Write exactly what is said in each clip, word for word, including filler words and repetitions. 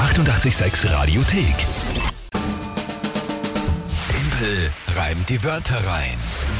achtundachtzig Komma sechs Radiothek. Tempel reimt die Wörter rein.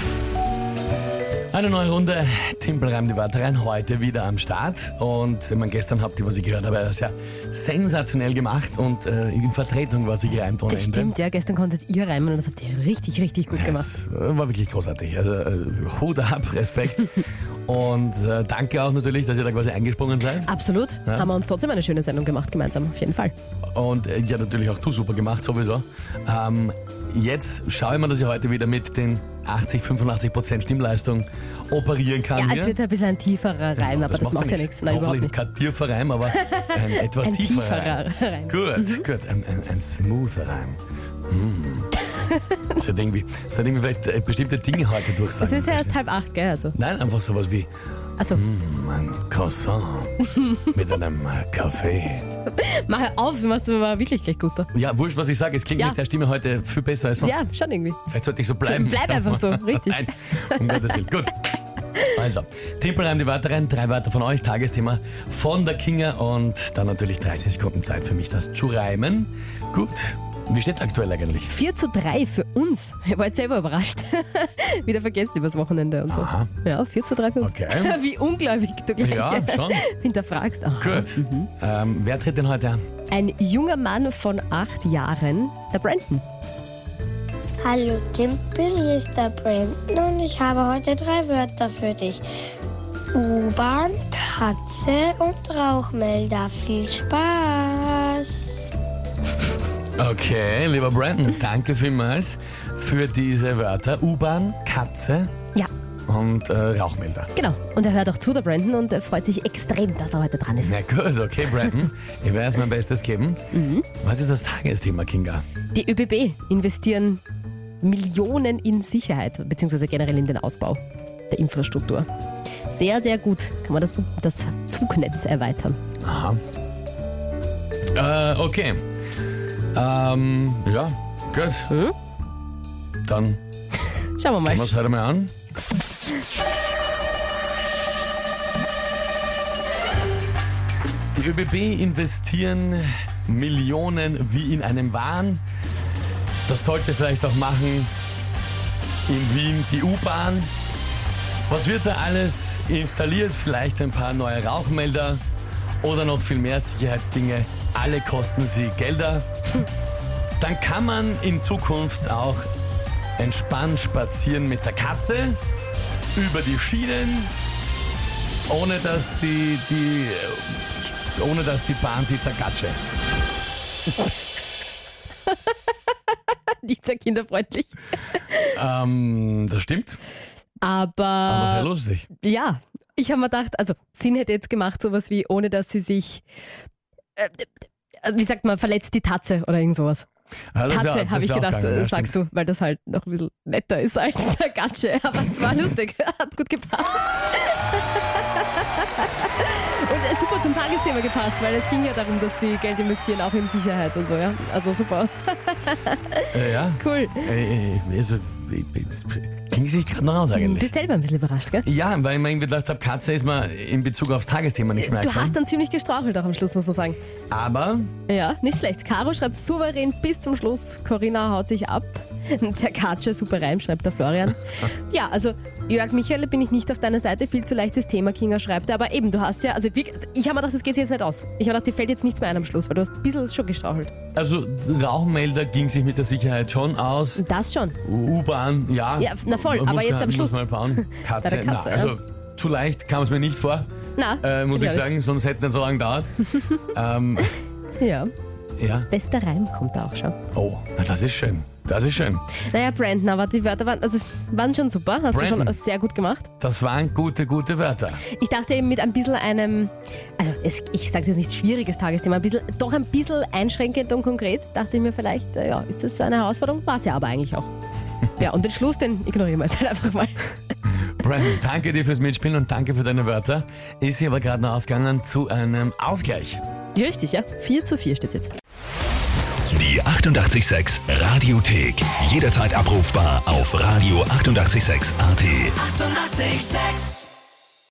Eine neue Runde, Tempel reimt die Wörter rein, heute wieder am Start. Und ich meine, gestern habt ihr, was ich gehört habe, das ja sensationell gemacht und äh, in Vertretung war sie gereimt ohne Das Ende. stimmt, ja. Gestern konntet ihr reimen und das habt ihr richtig, richtig gut gemacht. Es war wirklich großartig. Also äh, Hut ab, Respekt. Und äh, danke auch natürlich, dass ihr da quasi eingesprungen seid. Absolut. Ja. Haben wir uns trotzdem eine schöne Sendung gemacht, gemeinsam, auf jeden Fall. Und äh, ja, natürlich auch du super gemacht, sowieso. Ähm, jetzt schaue ich mal, dass ich heute wieder mit den achtzig, fünfundachtzig Prozent Stimmleistung operieren kann. Ja, hier. es wird ein bisschen ein tieferer Reim, aber das macht ja nichts. Nein, überhaupt Hoffentlich nicht. kein tiefer Reim, aber ein etwas Ein tieferer tieferer Reim. Reim. Gut, gut, ein, ein, ein smoother Reim. Mm. Das hat irgendwie, das hat irgendwie vielleicht äh, bestimmte Dinge heute durchsagen. Es ist ja erst halb acht, gell? Also. Nein, einfach sowas wie Also, mm, ein Croissant mit einem äh, Kaffee. mach auf, du machst mir mal wirklich gleich Guster. Ja, wurscht, was ich sage. Es klingt Ja. mit der Stimme heute viel besser als sonst. Ja, schon irgendwie. Vielleicht sollte ich so bleiben. Bleib einfach so, richtig. Nein, um Gottes Willen. Gut. Also, Tempel reimt die Wörter rein. Drei Wörter von euch, Tagesthema von der Kinga und dann natürlich dreißig Sekunden Zeit für mich, das zu reimen. Gut. Wie steht's aktuell eigentlich? vier zu drei für uns. Ihr wart selber überrascht. Wieder vergessen übers Wochenende und so. Aha. Ja, vier zu drei für uns. Okay. Wie ungläubig du gleich Ja, schon. hinterfragst. Aha. Gut. Ähm, wer tritt denn heute an? Ein junger Mann von acht Jahren, der Brandon. Hallo Timpel, hier ist der Brandon und ich habe heute drei Wörter für dich. U-Bahn, Katze und Rauchmelder. Viel Spaß! Okay, lieber Brandon, danke vielmals für diese Wörter. U-Bahn, Katze Ja, und äh, Rauchmelder. genau. Und er hört auch zu, der Brandon, und er freut sich extrem, dass er heute dran ist. Na gut, okay, Brandon. Ich werde jetzt mein Bestes geben. Was ist das Tagesthema, Kinga? Die ÖBB investieren Millionen in Sicherheit, beziehungsweise generell in den Ausbau der Infrastruktur. Sehr, sehr gut kann man das, das Zugnetz erweitern. Aha. Äh, okay. Ähm, ja, gut. Mhm. Dann Schauen wir gehen mal. wir es heute mal an. Die ÖBB investieren Millionen wie in einem Wahn. Das sollte vielleicht auch machen in Wien die U-Bahn. Was wird da alles installiert? Vielleicht ein paar neue Rauchmelder oder noch viel mehr Sicherheitsdinge. Alle kosten sie Gelder. Dann kann man in Zukunft auch entspannt spazieren mit der Katze über die Schienen, ohne dass sie die, ohne dass die Bahn sie zergatsche. Nicht sehr kinderfreundlich. Ähm, das stimmt, Aber, aber sehr lustig. ja, ich habe mir gedacht, also Sinn hätte jetzt gemacht, sowas wie, ohne dass sie sich, äh, äh, wie sagt man, verletzt die Tatze oder irgend sowas. Ja, das wär- Tatze, das habe ich wär auch gedacht, gegangen, äh, ja, sagst stimmt. du, weil das halt noch ein bisschen netter ist als der Gatsche. Aber es war lustig, hat gut gepasst. Und äh, super zum Tagesthema gepasst, weil es ging ja darum, dass sie Geld investieren, auch in Sicherheit und so, ja. Also super, Äh, ja, cool. äh, äh, also, ich- ich- ging sich gerade noch aus Du eigentlich. bist selber ein bisschen überrascht, gell? Ja, weil ich mir irgendwie gedacht habe, Katze ist mir in Bezug aufs Tagesthema nichts mehr Du eingefallen. hast dann ziemlich gestrauchelt auch am Schluss, muss man sagen. Aber Ja, nicht schlecht. Caro schreibt souverän bis zum Schluss. Corinna haut sich ab. Zerkatsche, super Reim, schreibt der Florian. Ja, also Jörg Michael, bin ich nicht auf deiner Seite. Viel zu leichtes Thema, Kinga schreibt. Aber eben, du hast ja, also wir, ich habe mir gedacht, das geht jetzt nicht aus. Ich habe gedacht, dir fällt jetzt nichts mehr ein am Schluss, weil du hast ein bisschen schon gestrauchelt. also Rauchmelder ging sich mit der Sicherheit schon aus. Das schon. U-Bahn, ja. Ja, na voll, Man aber muss jetzt da- am muss Schluss. Mal bauen. Katze, Bei der Katze, na, also zu leicht kam es mir nicht vor, Na, äh, muss ich auch nicht. sagen, sonst hätte es nicht so lange gedauert. ähm, Ja, ja. bester Reim kommt da auch schon. Oh, na, das ist schön. Das ist schön. Naja, Brandon, aber die Wörter waren, also, waren schon super. Hast Brandon. du schon sehr gut gemacht. Das waren gute, gute Wörter. Ich dachte eben mit ein bisschen einem, also es, ich sage jetzt nicht schwieriges Tagesthema, ein bisschen, doch ein bisschen einschränkend und konkret, dachte ich mir vielleicht, äh, ja, ist das eine Herausforderung? War es ja aber eigentlich auch. Ja, und den Schluss, den ignorieren wir jetzt halt einfach mal. Brandon, danke dir fürs Mitspielen und danke für deine Wörter. Ist hier aber gerade noch ausgegangen zu einem Ausgleich. Ja, richtig, ja. vier zu vier steht jetzt. Die achtundachtzig Komma sechs Radiothek. Jederzeit abrufbar auf radio achtundachtzig Komma sechs A T. achtundachtzig Komma sechs